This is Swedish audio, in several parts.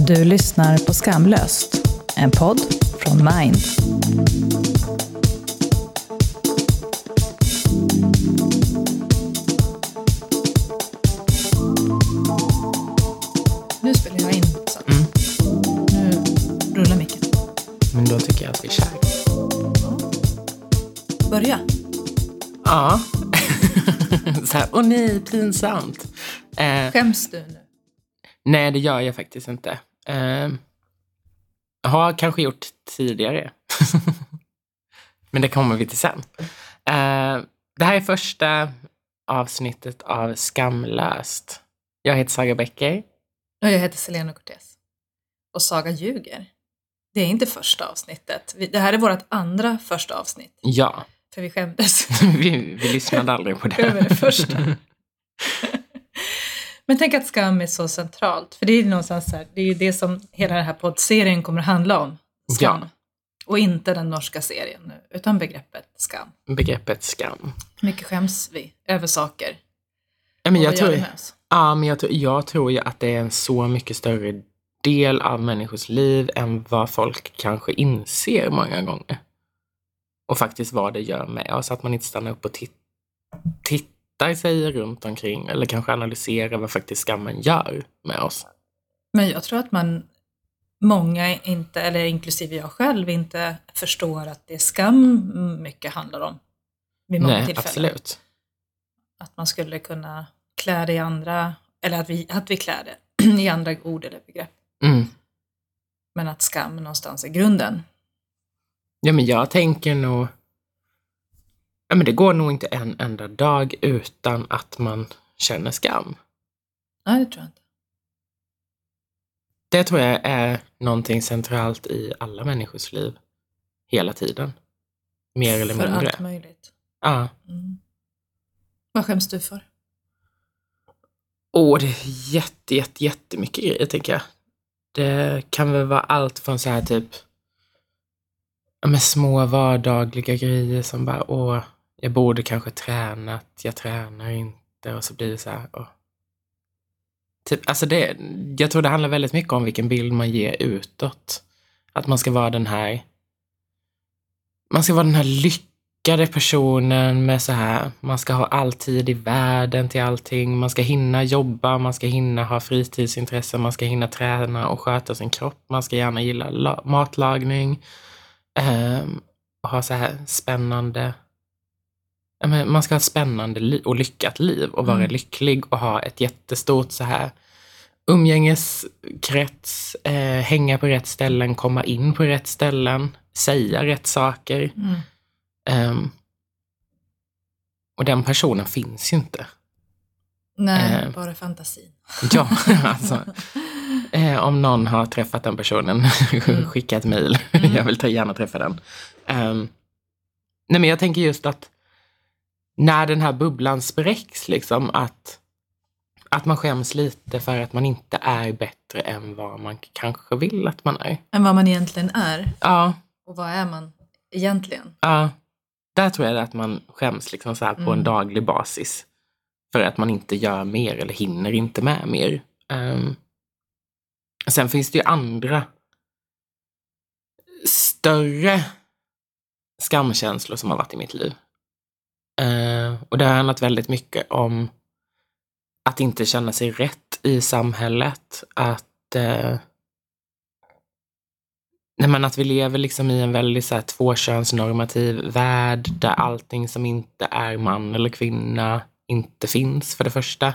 Du lyssnar på Skamlöst, en podd från Mind. Nu spelar jag in. Så. Nu rullar micken. Men då tycker jag att vi kör. Börja. Ja. Så här, åh nej, pinsamt. Skäms du nu? Nej, det gör jag faktiskt inte. Har kanske gjort tidigare. Men det kommer vi till sen. Det här är första avsnittet av Skamlöst. Jag heter Saga Becker. Och jag heter Selena Cortez. Och Saga ljuger. Det är inte första avsnittet. Det här är vårt andra första avsnitt. Ja. För vi skämdes. vi lyssnade aldrig på det. Över det första. Men tänk att skam är så centralt. För det är någonstans så här, det är ju det som hela den här poddserien kommer att handla om. Skam. Ja. Och inte den norska serien nu, utan begreppet skam. Begreppet skam. Mycket skäms vi över saker. Ja, men Och jag vad gör tror, vi med oss? ja, men jag tror ju att det är en så mycket större del av människors liv än vad folk kanske inser många gånger. Och faktiskt vad det gör med oss. Att man inte stannar upp och tittar sig runt omkring. Eller kanske analyserar vad faktiskt skammen gör med oss. Men jag tror att många inte, eller inklusive jag själv, inte förstår att det är skam mycket handlar om. Vid många Nej, tillfällen. absolut. Att man skulle kunna klä det i andra, eller att vi klär det i andra ord eller begrepp. Mm. Men att skam någonstans är grunden. Ja, men jag tänker nog... Ja, men det går nog inte en enda dag utan att man känner skam. Nej, det tror jag inte. Det tror jag är någonting centralt i alla människors liv. Hela tiden. Mer eller mindre. För allt möjligt. Ja. Mm. Vad skäms du för? Det är jättemycket grejer, tänker jag. Det kan väl vara allt från så här typ... Ja, men små vardagliga grejer som bara... jag borde kanske tränat. Jag tränar inte. Och så blir det så här... Typ, alltså jag tror det handlar väldigt mycket om vilken bild man ger utåt. Att man ska vara den här... Man ska vara den här lyckade personen med så här... Man ska ha all tid i världen till allting. Man ska hinna jobba. Man ska hinna ha fritidsintressen. Man ska hinna träna och sköta sin kropp. Man ska gärna gilla matlagning. Och ha så här spännande... Man ska ha ett spännande och lyckat liv. Och vara lycklig och ha ett jättestort så här... umgängeskrets, hänga på rätt ställen, komma in på rätt ställen, säga rätt saker. Och den personen finns ju inte. Nej, bara fantasin. Ja, alltså. Om någon har träffat den personen, skicka ett mejl. Jag vill gärna träffa den. Nej, men jag tänker just att när den här bubblan spräcks, liksom, att man skäms lite för att man inte är bättre än vad man kanske vill att man är. Än vad man egentligen är. Ja. Och vad är man egentligen? Ja. Där tror jag att man skäms liksom så här på en daglig basis. För att man inte gör mer eller hinner inte med mer. Sen finns det ju andra större skamkänslor som har varit i mitt liv. Och det har handlat väldigt mycket om att inte känna sig rätt i samhället. Att vi lever liksom i en väldigt så här tvåkönsnormativ värld där allting som inte är man eller kvinna inte finns, för det första.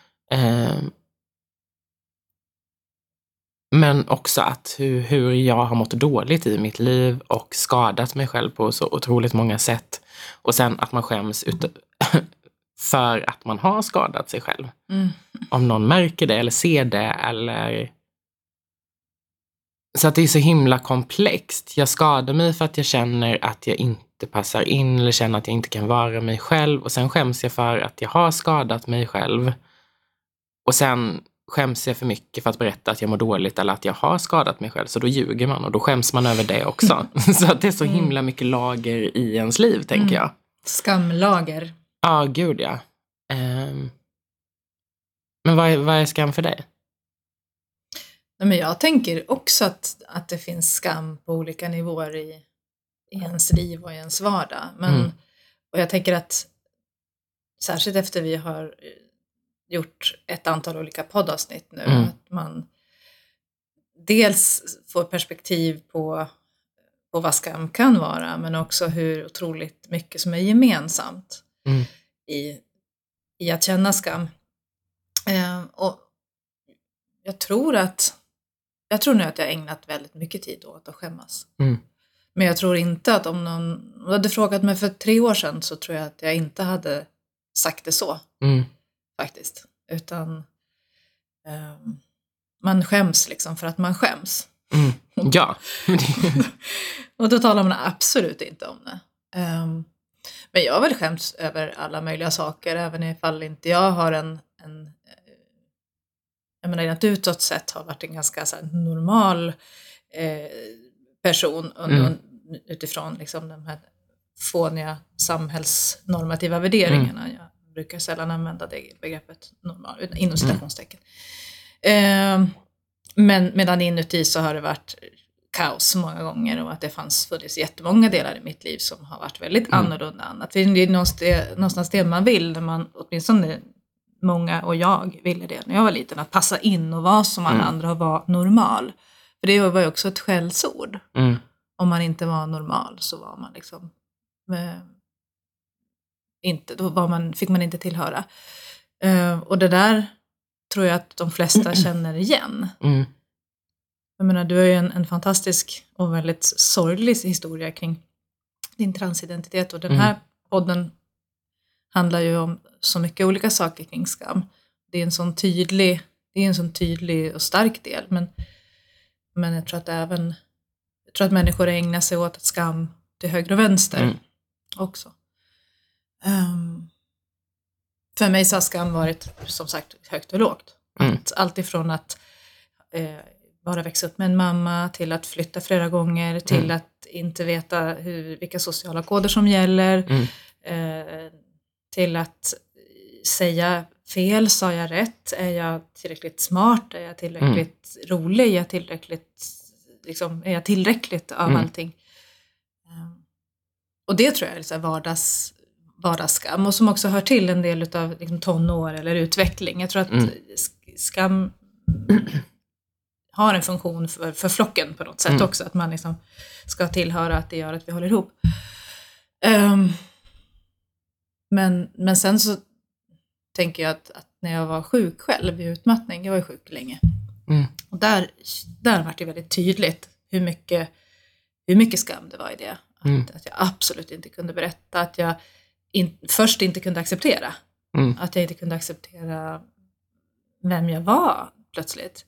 Men också att hur jag har mått dåligt i mitt liv och skadat mig själv på så otroligt många sätt. Och sen att man skäms för att man har skadat sig själv. Om någon märker det eller ser det eller... Så att det är så himla komplext. Jag skadar mig för att jag känner att jag inte passar in eller känner att jag inte kan vara mig själv. Och sen skäms jag för att jag har skadat mig själv. Och sen skäms jag för mycket för att berätta att jag mår dåligt eller att jag har skadat mig själv. Så då ljuger man och då skäms man över det också. Så att det är så himla mycket lager i ens liv, tänker jag. Skamlager. Ja, gud ja. Men vad är skam för dig? Nej, men jag tänker också att det finns skam på olika nivåer i ens liv och i ens vardag. Men, och jag tänker att särskilt efter vi har gjort ett antal olika poddavsnitt nu, att man dels får perspektiv på vad skam kan vara, men också hur otroligt mycket som är gemensamt i att känna skam. Och jag tror nu att jag har ägnat väldigt mycket tid åt att skämmas. Men jag tror inte att om någon hade frågat mig för 3 år sedan, så tror jag att jag inte hade sagt det så. Faktiskt. Utan man skäms liksom för att man skäms. Ja. Och då talar man absolut inte om det. Men jag har väl skämts över alla möjliga saker, även ifall inte jag har jag menar att utåt sett har varit en ganska så här, normal person utifrån liksom de här fåniga samhällsnormativa värderingarna. Jag brukar sällan använda det begreppet normal, inom citationstecken. Men medan inuti så har det varit kaos många gånger, och att det funnits jättemånga delar i mitt liv som har varit väldigt annorlunda annat. Det är någonstans det man vill, när man, åtminstone många och jag ville det när jag var liten, att passa in och vara som alla andra och vara normal. För det var ju också ett skällsord. Om man inte var normal så var man liksom inte, fick man inte tillhöra. Och det där tror jag att de flesta känner igen. Jag menar, du har ju en fantastisk och väldigt sorglig historia kring din transidentitet, och den här podden handlar ju om så mycket olika saker kring skam. Det är en sån tydlig och stark del, men jag tror att människor ägnar sig åt skam till höger och vänster också. För mig så har skam varit, som sagt, högt och lågt. Allt ifrån att bara växa upp med en mamma, till att flytta flera gånger, till att inte veta vilka sociala koder som gäller, till att säga fel, sa jag rätt, är jag tillräckligt smart, är jag tillräckligt rolig, är jag tillräckligt av allting. Och det tror jag är så här vardagsskam, och som också hör till en del av liksom tonår eller utveckling. Jag tror att skam har en funktion för flocken på något sätt också, att man liksom ska tillhöra, att det gör att vi håller ihop. Men sen så tänker jag att när jag var sjuk själv i utmattning, jag var sjuk länge, och där var det väldigt tydligt hur mycket skam det var i det. Att jag absolut inte kunde berätta, att jag först inte kunde acceptera, att jag inte kunde acceptera vem jag var plötsligt.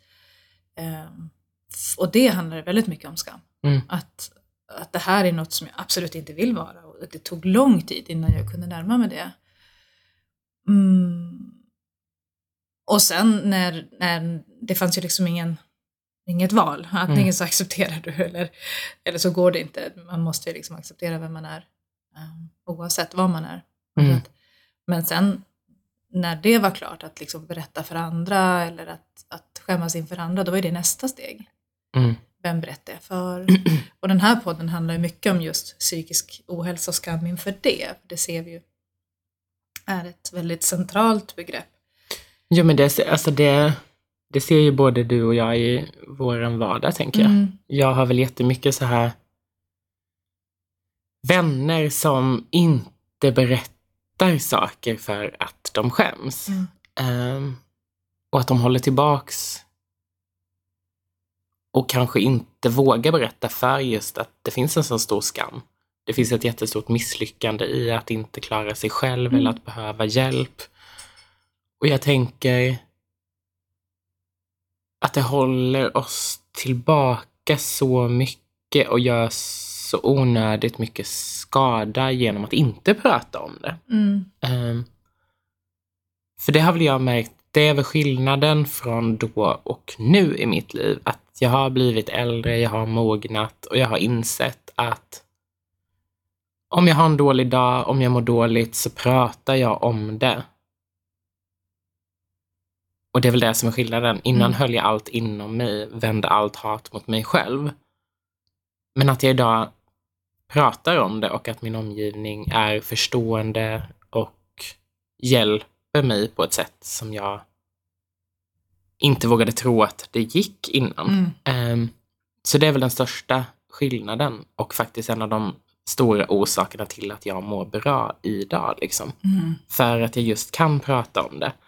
Och det handlar väldigt mycket om skam. Att det här är något som jag absolut inte vill vara, och det tog lång tid innan jag kunde närma mig det. Och sen när det fanns ju liksom inget val. Antingen så accepterar du eller så går det inte. Man måste ju liksom acceptera vem man är, oavsett vad man är. Men sen när det var klart, att liksom berätta för andra eller att skämmas inför andra, då var det nästa steg. Vem berättar jag för? Och den här podden handlar ju mycket om just psykisk ohälsa och skam inför det. Det ser vi ju är ett väldigt centralt begrepp. Ja, men det ser ju både du och jag i våran vardag, tänker jag. Jag har väl jättemycket så här vänner som inte berättar saker för att de skäms. Och att de håller tillbaks och kanske inte vågar berätta, för just att det finns en så stor skam. Det finns ett jättestort misslyckande i att inte klara sig själv eller att behöva hjälp. Och jag tänker att det håller oss tillbaka så mycket och gör så onödigt mycket skada genom att inte prata om det. För det har väl jag märkt, det är väl skillnaden från då och nu i mitt liv. Att jag har blivit äldre, jag har mognat och jag har insett att om jag har en dålig dag, om jag mår dåligt, så pratar jag om det. Och det är väl det som är skillnaden. Innan höll jag allt inom mig, vände allt hat mot mig själv. Men att jag idag pratar om det och att min omgivning är förstående och hjälper mig på ett sätt som jag inte vågade tro att det gick innan. Så det är väl den största skillnaden och faktiskt en av de stora orsakerna till att jag mår bra idag. Liksom. För att jag just kan prata om det.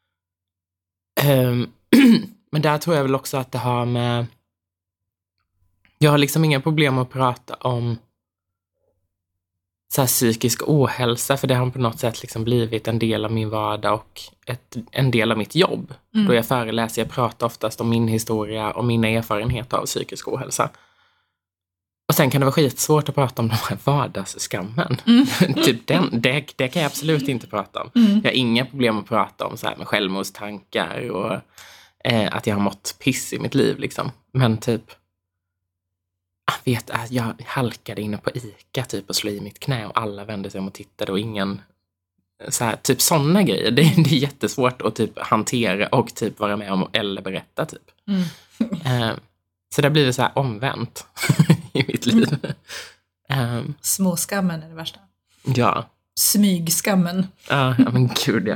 Men där tror jag väl också att det har med... Jag har liksom inga problem att prata om så här psykisk ohälsa, för det har på något sätt liksom blivit en del av min vardag och en del av mitt jobb. Då jag föreläser, jag pratar oftast om min historia och mina erfarenheter av psykisk ohälsa. Och sen kan det vara skitsvårt att prata om de här vardagsskammen. Typ det kan jag absolut inte prata om. Jag har inga problem att prata om så här med självmordstankar och att jag har mått piss i mitt liv liksom. Men typ jag halkade inne på ICA typ och slog i mitt knä och alla vände sig om och tittade och ingen så här, typ sådana grejer. Det är jättesvårt att typ hantera och typ vara med om eller berätta typ. Så det blir det så här omvänt i mitt liv. Småskammen är det värsta. Ja. Smygskammen. Ja, men gud ja.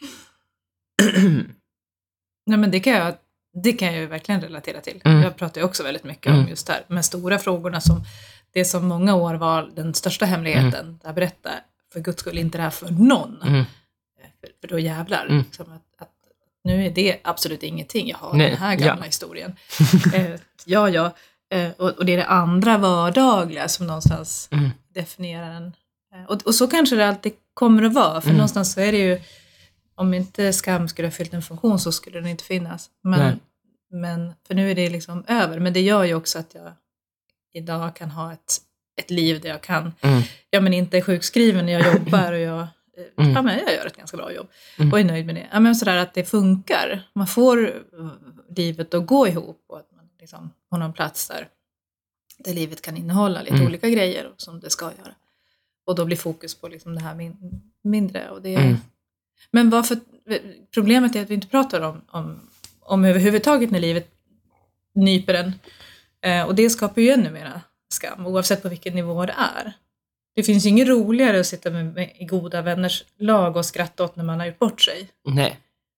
Nej, men det kan jag ju verkligen relatera till. Jag pratar ju också väldigt mycket om just det här med stora frågorna som det som många år var den största hemligheten. Där berätta för Guds skull inte det här för någon. För då jävlar. Liksom att nu är det absolut ingenting. Jag har den här gamla historien. Och det är det andra vardagliga som någonstans definierar en. Och så kanske det alltid kommer att vara. För någonstans så är det ju, om inte skam skulle ha fyllt en funktion så skulle den inte finnas. Men för nu är det liksom över. Men det gör ju också att jag idag kan ha ett liv där jag kan, men inte är sjukskriven när jag jobbar och jag gör ett ganska bra jobb och är nöjd med det. Ja, men sådär att det funkar. Man får livet att gå ihop och att man liksom har någon plats där livet kan innehålla lite olika grejer som det ska göra. Och då blir fokus på liksom det här mindre. Och det Men varför problemet är att vi inte pratar om överhuvudtaget när livet nyper en. Och det skapar ju ännu mera skam oavsett på vilken nivå det är. Det finns ju inget roligare att sitta med i goda vänners lag och skratta åt när man har gjort bort sig. Nej.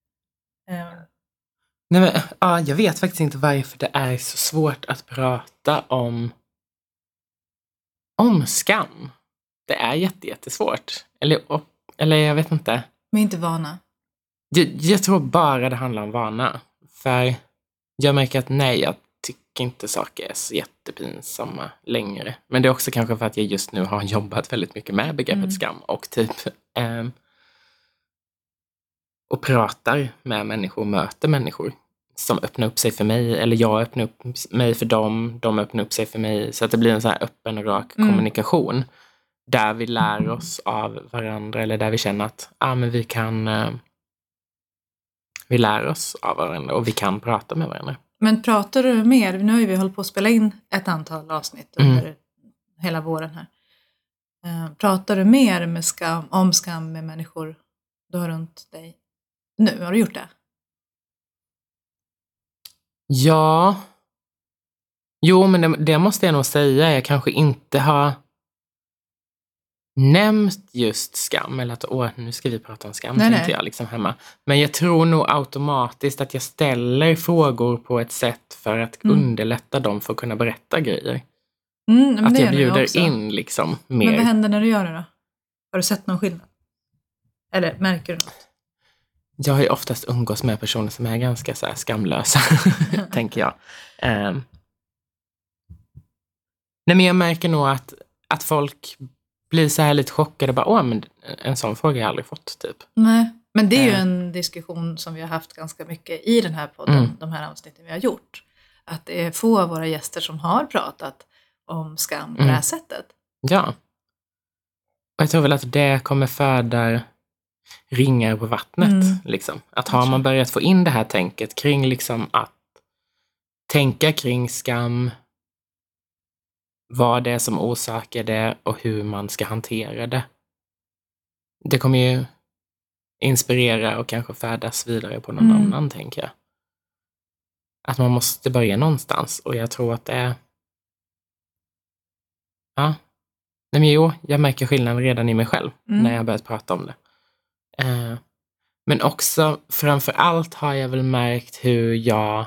Nej men, jag vet faktiskt inte varför det är så svårt att prata om skam. Det är jättesvårt. Eller jag vet inte. Men inte vana. Jag tror bara det handlar om vana. För jag märker att jag tycker inte saker är så jättepinsamma längre. Men det är också kanske för att jag just nu har jobbat väldigt mycket med begreppet skam. Och typ och pratar med människor, möter människor som öppnar upp sig för mig. Eller jag öppnar upp mig för dem. De öppnar upp sig för mig. Så att det blir en så här öppen och rak kommunikation. Där vi lär oss av varandra. Eller där vi känner att men vi kan... vi lär oss av varandra och vi kan prata med varandra. Men pratar du mer? Nu har vi hållit på att spela in ett antal avsnitt under hela våren här. Pratar du mer om skam med människor du har runt dig nu? Har du gjort det? Ja. Jo, men det måste jag nog säga. Jag kanske inte har nämnt just skam. Eller att nu ska vi prata om skam. Nej. Jag liksom hemma. Men jag tror nog automatiskt att jag ställer frågor på ett sätt för att underlätta dem för att kunna berätta grejer. Att jag bjuder in liksom mer. Men vad händer när du gör det då? Har du sett någon skillnad? Eller märker du något? Jag har ju oftast umgås med personer som är ganska så här skamlösa, tänker jag. Nej, men jag märker nog att folk blir så här lite chockade och bara, men en sån fråga har jag aldrig fått, typ. Nej, men det är ju en diskussion som vi har haft ganska mycket i den här podden, de här avsnitten vi har gjort. Att det är få av våra gäster som har pratat om skam på det här sättet. Ja. Och jag tror väl att det kommer föda ringar på vattnet. Liksom. Att har man börjat få in det här tänket kring liksom att tänka kring skam, vad det är som orsakar det och hur man ska hantera det. Det kommer ju inspirera och kanske färdas vidare på någon annan, tänker jag. Att man måste börja någonstans, och jag tror att det är... Ja. Nej, men jo, jag märker skillnaden redan i mig själv när jag börjat prata om det. Men också, framför allt har jag väl märkt hur jag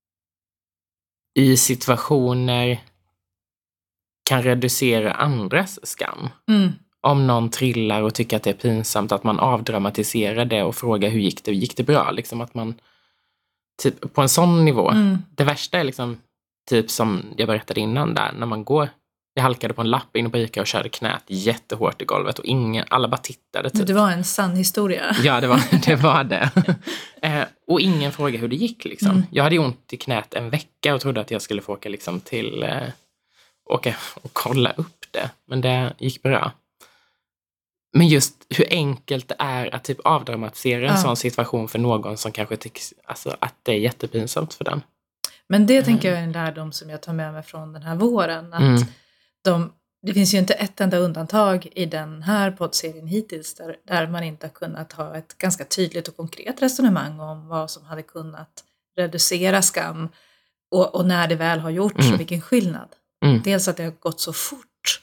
i situationer kan reducera andras skam. Om någon trillar och tycker att det är pinsamt, att man avdramatiserar det och frågar hur gick det? Gick det bra? Liksom att man typ på en sån nivå. Det värsta är liksom typ som jag berättade innan där, när man går. Jag halkade på en lapp inne på Ica och körde knät jättehårt i golvet och alla bara tittade. Typ. Det var en sann historia. Ja, det var det. Och ingen frågade hur det gick liksom. Jag hade ont i knät en vecka och trodde att jag skulle få åka liksom till åka och kolla upp det. Men det gick bra. Men just hur enkelt det är att typ avdramatisera en sån situation för någon som kanske tycker alltså, att det är jättepinsamt för den. Men det tänker jag är en lärdom som jag tar med mig från den här våren. Att det finns ju inte ett enda undantag i den här poddserien hittills där man inte har kunnat ha ett ganska tydligt och konkret resonemang om vad som hade kunnat reducera skam och när det väl har gjorts och vilken skillnad. Dels att det har gått så fort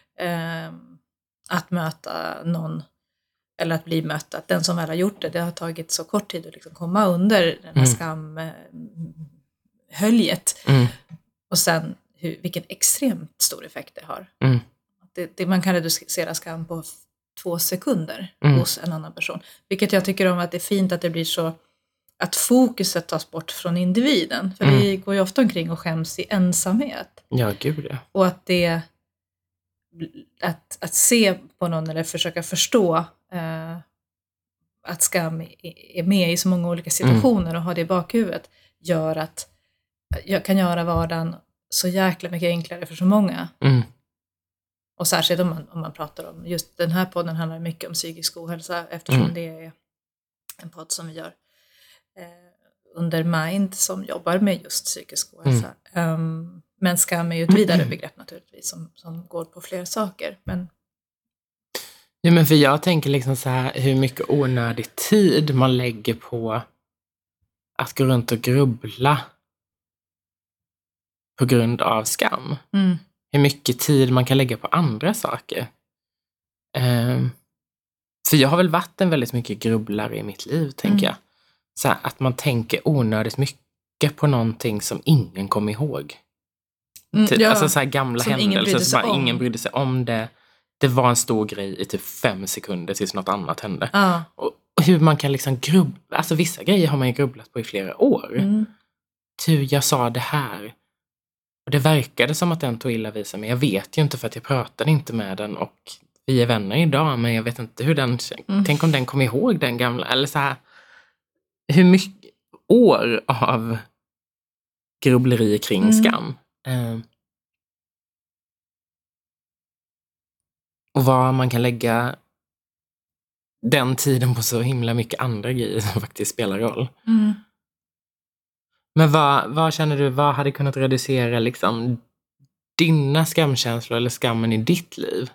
att möta någon eller att bli mött, att den som väl har gjort det har tagit så kort tid att liksom komma under den här skamhöljet. Och sen vilken extremt stor effekt det har. Man kan reducera skam på 2 sekunder hos en annan person. Vilket jag tycker om att det är fint att det blir så att fokuset tas bort från individen. För vi går ju ofta omkring och skäms i ensamhet. Ja, gud ja. Och att det att se på någon eller försöka förstå att skam är med i så många olika situationer och ha det i bakhuvudet gör att jag kan göra vardagen så jäkla mycket enklare för så många. Och särskilt om man pratar om, just den här podden handlar mycket om psykisk ohälsa eftersom det är en podd som vi gör under Mind som jobbar med just psykisk ohälsa. Men skam är ju ett vidare begrepp naturligtvis som går på fler saker. Ja, men för jag tänker liksom så här hur mycket onödig tid man lägger på att gå runt och grubbla på grund av skam. Hur mycket tid man kan lägga på andra saker. För jag har väl varit en väldigt mycket grubblare i mitt liv, tänker jag. Så här, att man tänker onödigt mycket på någonting som ingen kommer ihåg. Alltså så här gamla händelser som ingen brydde sig om det. Det var en stor grej i typ 5 sekunder tills något annat hände. Och hur man kan liksom grubbla. Alltså vissa grejer har man ju grubblat på i flera år. Jag sa det här. Och det verkade som att den tog illa vid sig. Men jag vet ju inte för att jag pratade inte med den. Och vi är vänner idag. Men jag vet inte hur den... Tänk om den kommer ihåg den gamla. Eller så här. Hur mycket år av grubbleri kring skam. Och vad man kan lägga den tiden på så himla mycket andra grejer som faktiskt spelar roll. Men vad känner du, vad hade kunnat reducera liksom dina skamkänslor eller skammen i ditt liv?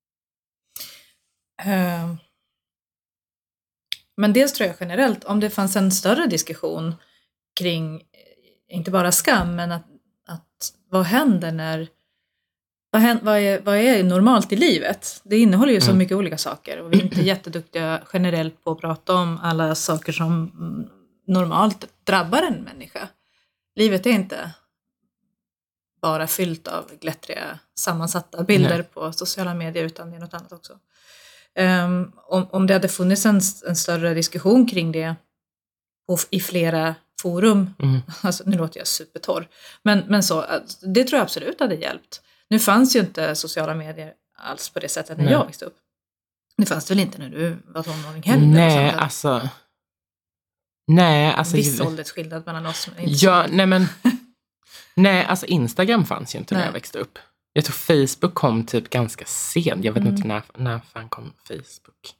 Men dels tror jag generellt, om det fanns en större diskussion kring, inte bara skam, men att vad händer när vad är normalt i livet? Det innehåller ju så mycket olika saker och vi är inte jätteduktiga generellt på att prata om alla saker som normalt drabbar en människa. Livet är inte bara fyllt av glättriga sammansatta bilder på sociala medier utan det är något annat också. Om det hade funnits en större diskussion kring det i flera forum, alltså, nu låter jag supertorr, men så, det tror jag absolut hade hjälpt. Nu fanns ju inte sociala medier alls på det sättet när jag växte upp. Det fanns det väl inte när du var tonåring heller? Nej, alltså... Viss åldersskillnad mellan oss. Men inte ja, nej, alltså Instagram fanns ju inte när jag växte upp. Jag tror Facebook kom typ ganska sent. Jag vet inte när fan kom Facebook.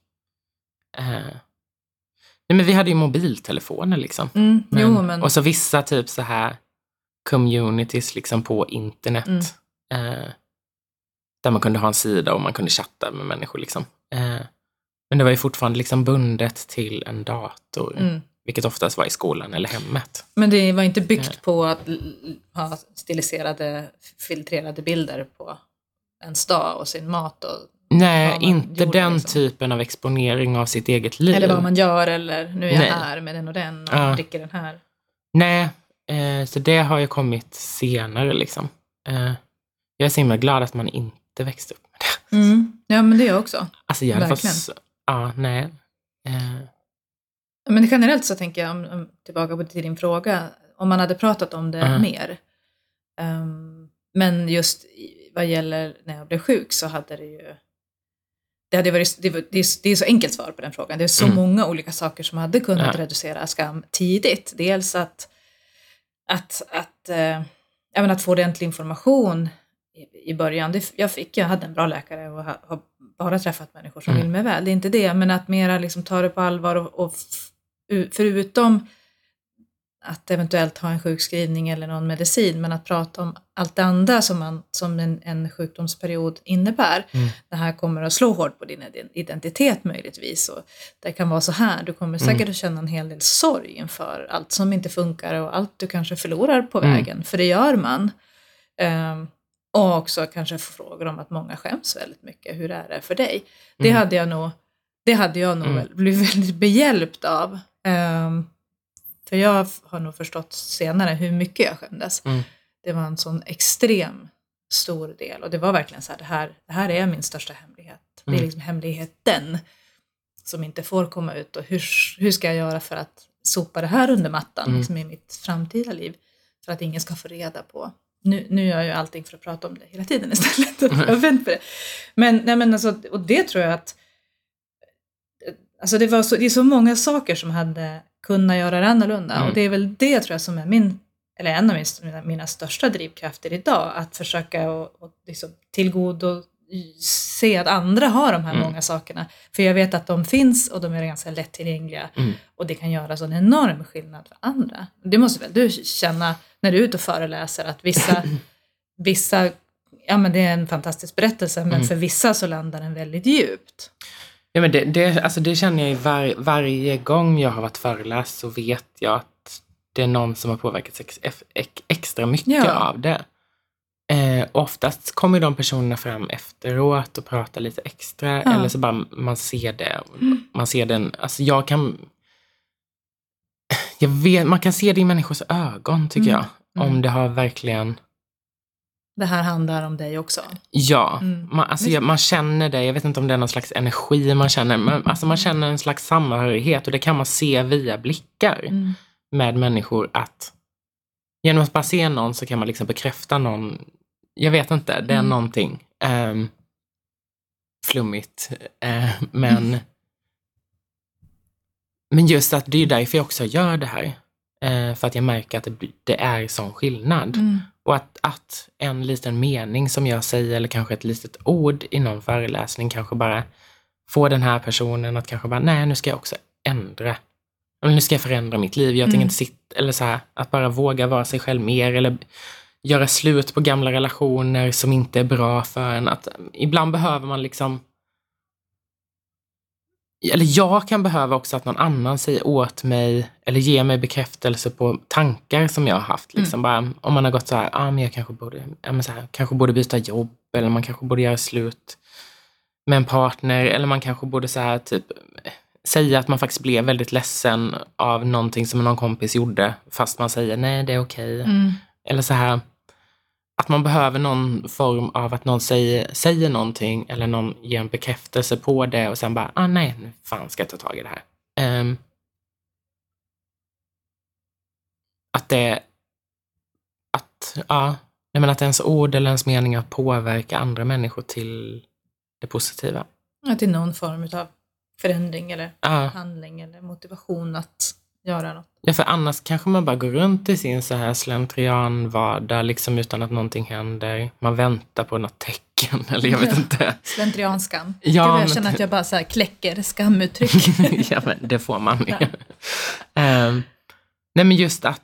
Nej, men vi hade ju mobiltelefoner liksom. Men... Och så vissa typ så här communities liksom på internet. Där man kunde ha en sida och man kunde chatta med människor liksom. Men det var ju fortfarande liksom bundet till en dator. Mm. Vilket oftast var i skolan eller hemmet. Men det var inte byggt på att ha stiliserade, filtrerade bilder på ens dag och sin mat och Nej, vad man inte gjorde, den liksom. typen av exponering av sitt eget liv. Eller vad man gör, eller nu är jag Nej. här med den och den och Ja. dricker den här. Nej, så det har ju kommit senare liksom. Jag är så himla glad att man inte växte upp med det. Ja, men det är jag också. Alltså jag hade Verkligen. ja, nej. Men generellt så tänker jag, om tillbaka till din fråga, om man hade pratat om det mer. Men just vad gäller när jag blev sjuk så hade det ju... Det är så enkelt svar på den frågan. Det är så många olika saker som hade kunnat reducera skam tidigt. Dels att få ordentlig information i början. Jag hade en bra läkare och har bara träffat människor som vill mig väl. Det är inte det, men att mera liksom ta det på allvar och förutom att eventuellt ha en sjukskrivning eller någon medicin, men att prata om allt det andra som en sjukdomsperiod innebär. Det här kommer att slå hårt på din identitet möjligtvis, och det kan vara så här, du kommer säkert att känna en hel del sorg inför allt som inte funkar och allt du kanske förlorar på vägen, för det gör man. Och också kanske få frågor om att många skäms väldigt mycket. Hur är det för dig? Det hade jag nog blivit väldigt behjälpt av. För jag har nog förstått senare hur mycket jag skämdes. Det var en sån extrem stor del. Och det var verkligen så här, det här är min största hemlighet. Det är liksom hemligheten som inte får komma ut. Och hur ska jag göra för att sopa det här under mattan liksom i mitt framtida liv? För att ingen ska få reda på. Nu gör jag allting för att prata om det hela tiden istället. Jag har vänt på det. Men alltså, och det tror jag att... Alltså det är så många saker som hade kunnat göra det annorlunda. Och det är väl det, tror jag, som är en av mina största drivkrafter idag. Att försöka och liksom se att andra har de här många sakerna. För jag vet att de finns och de är ganska lättillgängliga. Och det kan göra så en enorm skillnad för andra. Det måste väl du känna när du är ute och föreläser, att vissa ja, men det är en fantastisk berättelse, men för vissa så landar den väldigt djupt. Ja, men det känner jag ju varje gång jag har varit föreläst, så vet jag att det är någon som har påverkats extra mycket av det. Oftast kommer de personerna fram efteråt och pratar lite extra, eller så bara man ser det. Man ser den, alltså man kan se det i människors ögon, tycker jag. Om det har verkligen... Det här handlar om dig också. Ja, man känner det. Jag vet inte om det är någon slags energi man känner. Men alltså man känner en slags samhörighet. Och det kan man se via blickar med människor. Att genom att bara se någon så kan man liksom bekräfta någon. Jag vet inte, det är någonting flummigt. Men just att det är därför jag också gör det här. För att jag märker att det är sån skillnad. Och att en liten mening som jag säger, eller kanske ett litet ord i någon föreläsning, kanske bara får den här personen att kanske bara, nej, nu ska jag också ändra. Eller nu ska jag förändra mitt liv. Jag tänker inte sitta, eller så här, att bara våga vara sig själv mer, eller göra slut på gamla relationer som inte är bra för en. Att ibland behöver man liksom, eller jag kan behöva också att någon annan säger åt mig eller ger mig bekräftelse på tankar som jag har haft. Liksom. Bara, om man har gått så här, men jag kanske borde byta jobb, eller man kanske borde göra slut med en partner, eller man kanske borde så här, typ, säga att man faktiskt blev väldigt ledsen av någonting som någon kompis gjorde, fast man säger nej, det är okej. Eller så här, att man behöver någon form av att någon säger någonting, eller någon ger en bekräftelse på det, och sen bara, nej, nu fan ska jag ta tag i det här. Att ens ord eller ens meningar påverkar andra människor till det positiva. Ja, till någon form av förändring eller handling eller motivation att göra något. Ja, för annars kanske man bara går runt i sin så här slentrianvardag liksom, utan att någonting händer. Man väntar på något tecken, eller jag vet inte. Slentrianskam. Ja, jag känner att jag bara så här kläcker skamuttryck. Ja, men det får man. Ja. Nej, men just att...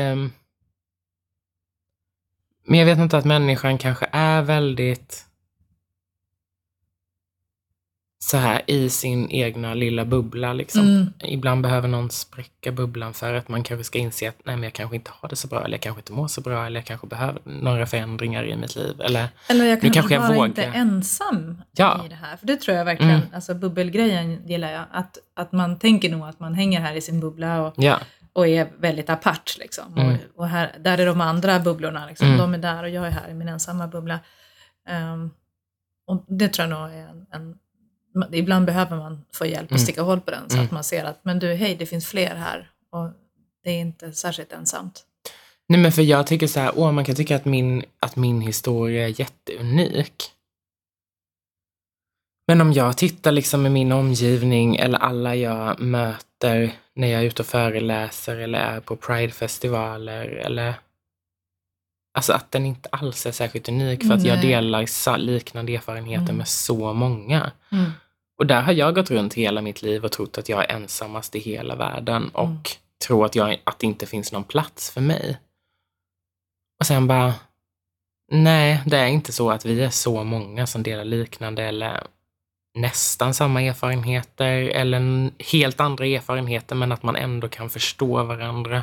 men jag vet inte, att människan kanske är väldigt så här i sin egna lilla bubbla liksom. Ibland behöver någon spräcka bubblan för att man kanske ska inse att nej, men jag kanske inte har det så bra, eller jag kanske inte mår så bra, eller jag kanske behöver några förändringar i mitt liv, eller jag kanske jag vara vågar. Inte ensam i det här, för det tror jag verkligen, alltså bubbelgrejen gillar jag, att man tänker nog att man hänger här i sin bubbla och är väldigt apart liksom. Och här, där är de andra bubblorna liksom. De är där och jag är här i min ensamma bubbla. Och det tror jag nog är ibland behöver man få hjälp att sticka hål på den, så att man ser att, men du, hej, det finns fler här och det är inte särskilt ensamt. Nej, men för jag tycker så här, man kan tycka att min historia är jätteunik. Men om jag tittar liksom i min omgivning eller alla jag möter när jag är ute och föreläser eller är på Pride-festivaler, eller alltså att den inte alls är särskilt unik, för att jag delar liknande erfarenheter med så många. Och där har jag gått runt hela mitt liv och trott att jag är ensammast i hela världen och tror att det inte finns någon plats för mig. Och sen bara, nej, det är inte så att vi är så många som delar liknande eller nästan samma erfarenheter eller helt andra erfarenheter, men att man ändå kan förstå varandra.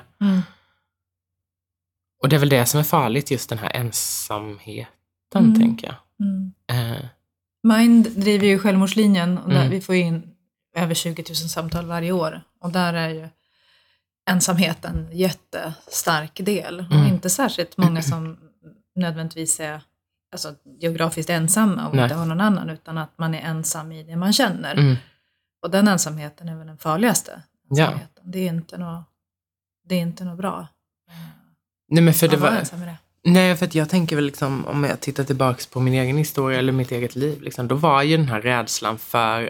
Och det är väl det som är farligt, just den här ensamheten, tänker jag. Mind driver ju självmordslinjen och där vi får in över 20 000 samtal varje år. Och där är ju ensamheten en jättestark del. Och inte särskilt många som nödvändigtvis är alltså, geografiskt ensamma och inte har någon annan, utan att man är ensam i det man känner. Och den ensamheten är väl den farligaste ensamheten. Det är inte något bra. Nej, men för det var... Nej, för att jag tänker väl liksom, om jag tittar tillbaka på min egen historia eller mitt eget liv, liksom, då var ju den här rädslan för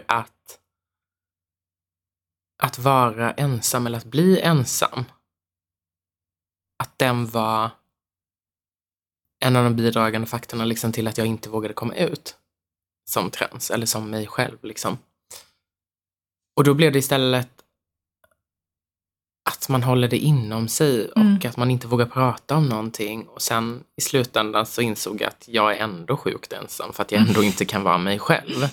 att vara ensam eller att bli ensam, att den var en av de bidragande faktorerna liksom till att jag inte vågade komma ut som trans eller som mig själv liksom. Och då blev det istället att man håller det inom sig och att man inte vågar prata om någonting. Och sen i slutändan så insåg jag att jag är ändå sjukt ensam för att jag ändå inte kan vara mig själv.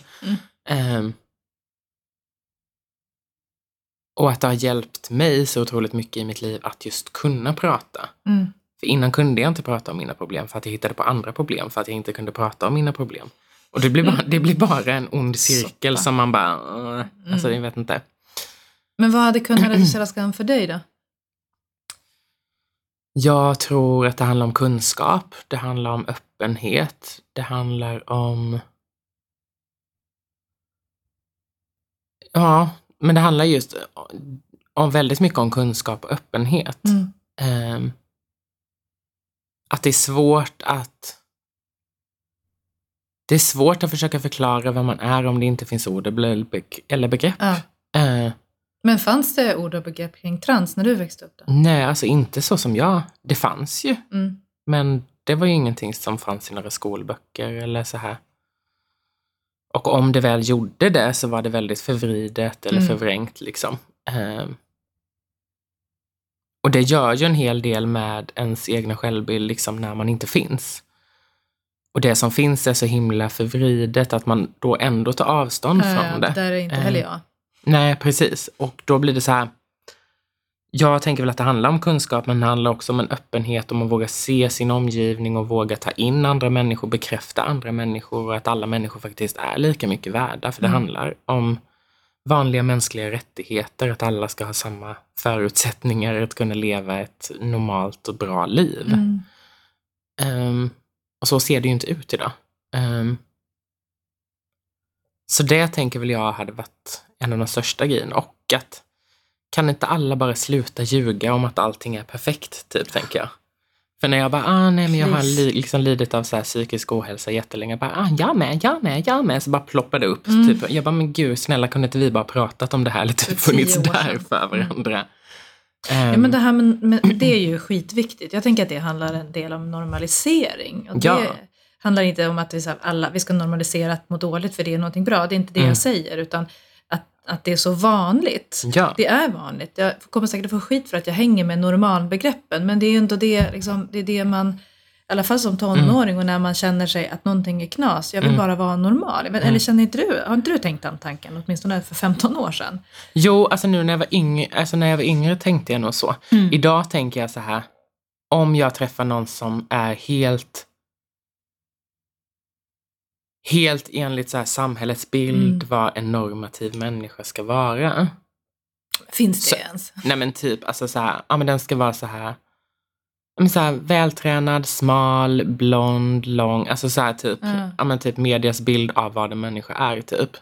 Och att det har hjälpt mig så otroligt mycket i mitt liv att just kunna prata. För innan kunde jag inte prata om mina problem för att jag hittade på andra problem för att jag inte kunde prata om mina problem. Och det blir bara en ond cirkel som man bara... Alltså jag vet inte. Men vad hade kunnat reducera skam för dig då? Jag tror att det handlar om kunskap. Det handlar om öppenhet. Det handlar om... Ja, men det handlar just om väldigt mycket om kunskap och öppenhet. Att det är svårt att... Det är svårt att försöka förklara vem man är om det inte finns ord eller begrepp. Men fanns det ord och begrepp kring trans när du växte upp då? Nej, alltså inte så som jag. Det fanns ju. Men det var ju ingenting som fanns i några skolböcker eller så här. Och om det väl gjorde det så var det väldigt förvridet eller förvrängt liksom. Och det gör ju en hel del med ens egna självbild liksom när man inte finns. Och det som finns är så himla förvridet att man då ändå tar avstånd från det. Det där är inte heller jag. Nej, precis. Och då blir det så här... Jag tänker väl att det handlar om kunskap, men det handlar också om en öppenhet, om att våga se sin omgivning och våga ta in andra människor, bekräfta andra människor och att alla människor faktiskt är lika mycket värda. För det handlar om vanliga mänskliga rättigheter, att alla ska ha samma förutsättningar att kunna leva ett normalt och bra liv. Och så ser det ju inte ut idag. Så det tänker väl jag hade varit en av de största grejerna. Och att kan inte alla bara sluta ljuga om att allting är perfekt, typ, tänker jag. För när jag bara, nej men jag har liksom lidit av så här psykisk ohälsa jättelänge. Bara, jag med. Så bara ploppade upp. Typ. Jag bara, men gud, snälla, kunde inte vi bara pratat om det här? Eller typ funnits där för varandra. Ja, men det här men det är ju skitviktigt. Jag tänker att det handlar en del om normalisering. Och det handlar inte om att vi ska normalisera att må dåligt för det är någonting bra. Det är inte det jag säger, utan att det är så vanligt. Ja. Det är vanligt. Jag kommer säkert att få skit för att jag hänger med normalbegreppen, men det är ju inte det, liksom, det är det man... i alla fall som tonåring och när man känner sig att någonting är knas. Jag vill bara vara normal. Eller känner inte du, har inte du tänkt den tanken åtminstone för 15 år sedan? Jo, alltså nu när jag var yngre tänkte jag nog så. Idag tänker jag så här, om jag träffar någon som är helt enligt så här samhällets bild vad en normativ människa ska vara. Finns det ens? Nej men typ, alltså så här, ja men den ska vara så här, men så här vältränad, smal, blond, lång, alltså så här typ, ja men typ medias bild av vad en människa är typ.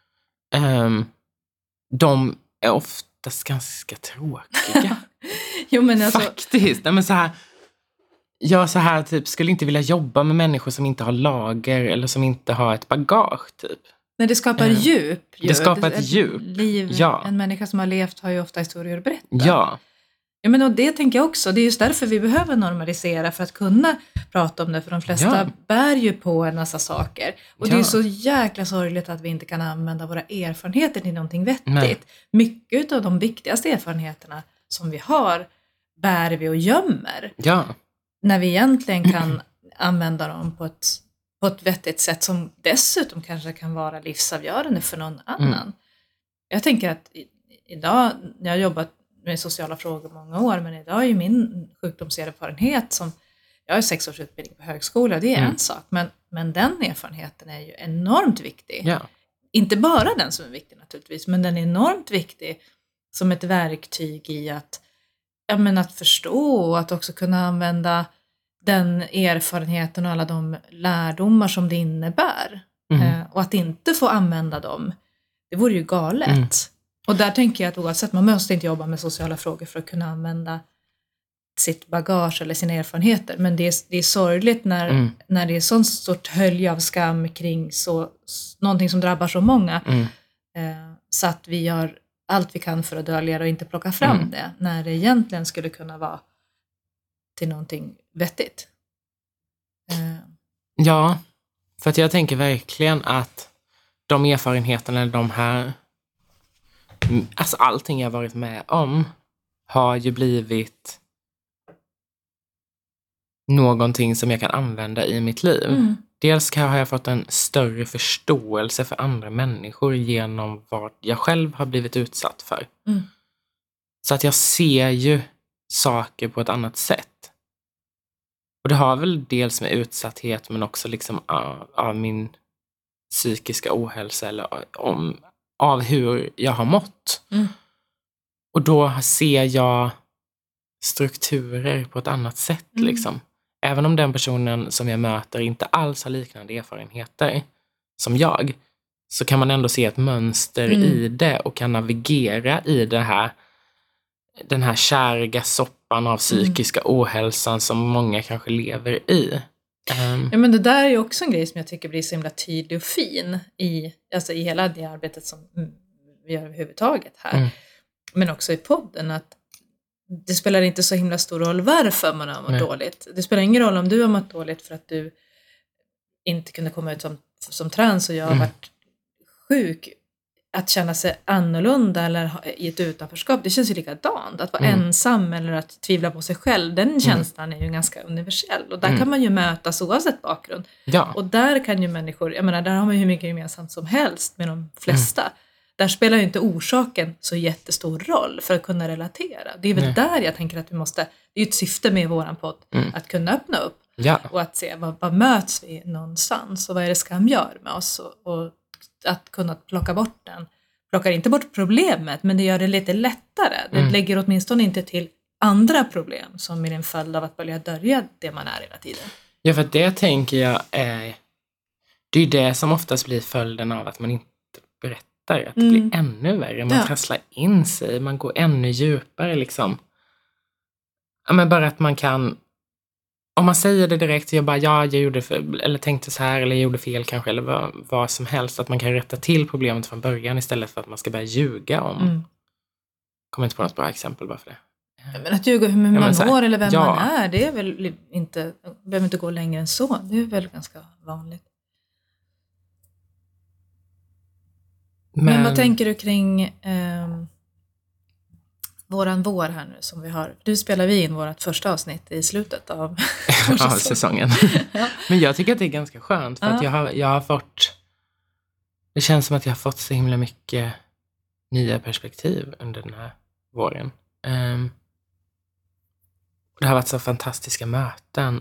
De är oftast ganska tråkiga. Jo men alltså... Faktiskt, nej men så här, jag så här typ skulle inte vilja jobba med människor som inte har lager eller som inte har ett bagage typ. Nej, det skapar djup. Det skapar ett djup. Liv, en människa som har levt har ju ofta historier att berätta. Ja. Ja, men och det tänker jag också. Det är just därför vi behöver normalisera för att kunna prata om det. För de flesta bär ju på en massa saker. Och det är så jäkla sorgligt att vi inte kan använda våra erfarenheter till någonting vettigt. Nej. Mycket av de viktigaste erfarenheterna som vi har bär vi och gömmer. Ja. När vi egentligen kan använda dem på ett vettigt sätt som dessutom kanske kan vara livsavgörande för någon annan. Jag tänker att idag, jag har jobbat med sociala frågor många år, men idag är ju min sjukdomserfarenhet som, jag har 6 års utbildning på högskola, det är en sak, men den erfarenheten är ju enormt viktig. Ja. Inte bara den som är viktig naturligtvis, men den är enormt viktig som ett verktyg i att förstå och att också kunna använda den erfarenheten och alla de lärdomar som det innebär. Och att inte få använda dem, det vore ju galet. Och där tänker jag att oavsett, man måste inte jobba med sociala frågor för att kunna använda sitt bagage eller sina erfarenheter. Men det är sorgligt när det är sån stort hölj av skam kring någonting som drabbar så många. Så att vi gör allt vi kan för att dölja och inte plocka fram det. När det egentligen skulle kunna vara till någonting vettigt. Ja, för att jag tänker verkligen att de erfarenheterna eller de här, alltså allting jag varit med om har ju blivit någonting som jag kan använda i mitt liv. Dels har jag fått en större förståelse för andra människor genom vad jag själv har blivit utsatt för. Så att jag ser ju saker på ett annat sätt. Och det har väl dels med utsatthet men också liksom av min psykiska ohälsa eller av hur jag har mått. Och då ser jag strukturer på ett annat sätt liksom. Även om den personen som jag möter inte alls har liknande erfarenheter som jag, så kan man ändå se ett mönster i det och kan navigera i den här käriga soppan av psykiska ohälsan som många kanske lever i. Ja, men det där är ju också en grej som jag tycker blir så himla tydlig och fin i hela det arbetet som vi gör överhuvudtaget här. Men också i podden, att det spelar inte så himla stor roll varför man har mått dåligt. Det spelar ingen roll om du har mått dåligt för att du inte kunde komma ut som trans och jag har varit sjuk. Att känna sig annorlunda eller i ett utanförskap, det känns ju likadant. Att vara ensam eller att tvivla på sig själv, den känslan är ju ganska universell. Och där kan man ju mötas oavsett bakgrund. Ja. Och där kan ju människor, jag menar, där har man ju hur mycket gemensamt som helst med de flesta. Där spelar ju inte orsaken så jättestor roll för att kunna relatera. Det är väl där jag tänker att vi måste, det är ju ett syfte med våran podd, att kunna öppna upp. Ja. Och att se, vad möts vi någonstans och vad är det skam gör med oss och att kunna plocka bort den. Plockar inte bort problemet, men det gör det lite lättare. Det lägger åtminstone inte till andra problem som är en följd av att börja dölja det man är hela tiden. Ja, för det tänker jag är, det är det som oftast blir följden av att man inte berättar. Att det blir ännu värre. Man trasslar in sig, man går ännu djupare liksom. Ja, men bara att man kan, om man säger det direkt, jag gjorde eller tänkte så här, eller jag gjorde fel kanske, eller vad som helst, att man kan rätta till problemet från början istället för att man ska börja ljuga om. Kommer inte på något bra exempel bara för det. Men att ljuga hur man mår eller vem man är, det är väl inte, behöver inte gå längre än så. Det är väl ganska vanligt. Men vad tänker du kring våran vår här nu som vi har. Nu spelar vi in vårt första avsnitt i slutet av Ja, säsongen. Ja. Men jag tycker att det är ganska skönt för att jag har fått, det känns som att jag har fått så himla mycket nya perspektiv under den här våren. Det har varit så fantastiska möten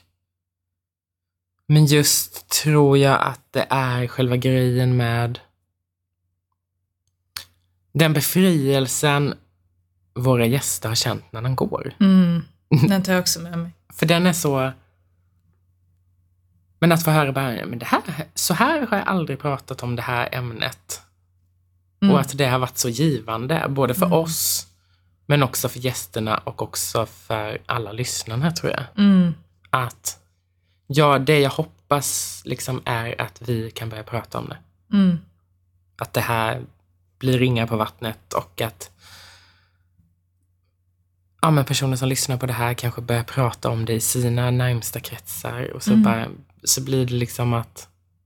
men just tror jag att det är själva grejen med den befrielsen våra gäster har känt när de går. Den tar jag också med mig. För den är så... Men att få höra bara, men så här har jag aldrig pratat om det här ämnet. Och att det har varit så givande, både för oss, men också för gästerna och också för alla lyssnarna, tror jag. Att det jag hoppas liksom är att vi kan börja prata om det. Att det här blir ringar på vattnet och att men personer som lyssnar på det här kanske börjar prata om det i sina närmsta kretsar. Och så blir det liksom att...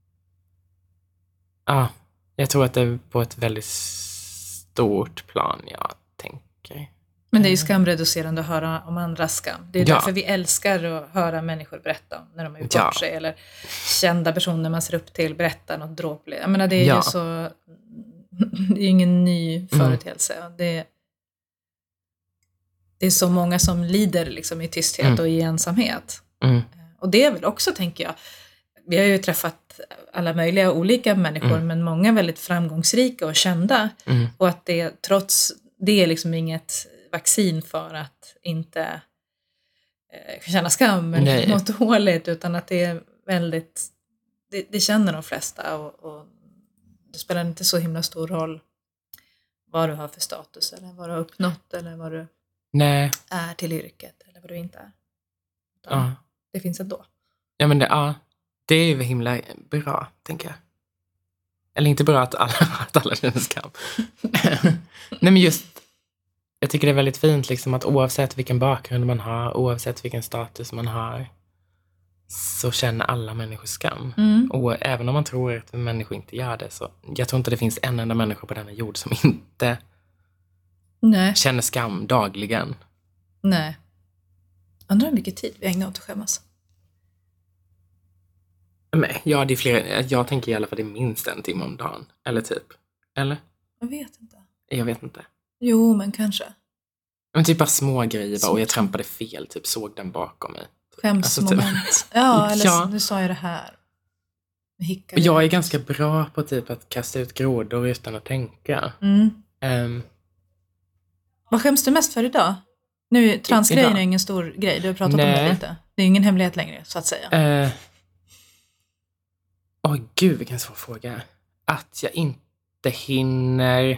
jag tror att det är på ett väldigt stort plan jag tänker. Men det är ju skamreducerande att höra om andras skam. Det är därför vi älskar att höra människor berätta om när de har gjort bort sig. Eller kända personer man ser upp till berätta något dråpligt. Jag menar, det är ju så... Det är ingen ny företeelse. Det är så många som lider liksom i tysthet och i ensamhet. Och det är väl också, tänker jag, vi har ju träffat alla möjliga olika människor, men många väldigt framgångsrika och kända. Och att det trots det är liksom inget vaccin för att inte känna skam eller något dåligt, utan att det är väldigt, det känner de flesta och det spelar inte så himla stor roll vad du har för status eller vad du har uppnått eller vad du är till yrket eller vad du inte är. Det finns ändå. Ja, men det är ju himla bra, tänker jag. Eller inte bra att alla känner skam. Nej, men just jag tycker det är väldigt fint liksom att oavsett vilken bakgrund man har, oavsett vilken status man har, så känner alla människor skam. Och även om man tror att människor inte gör det, så jag tror inte det finns en enda människa på denna jord som inte känner skam dagligen. Nej. Undrar hur mycket tid vi ägnar åt att skämmas. Nej, det är fler. Jag tänker i alla fall det är minst en timme om dagen. Eller typ. Eller? Jag vet inte. Jag vet inte. Jo, men kanske. Men typ bara små grejer. Och jag trampade fel. Typ såg den bakom mig. Skämsmoment. Alltså, eller nu sa jag det här. Jag är ganska bra på typ att kasta ut grådor utan att tänka. Vad skäms du mest för idag? Nu, transgrejen är ingen stor grej. Du har pratat om det lite. Det är ingen hemlighet längre, så att säga. Gud, vilken svår fråga. Att jag inte hinner...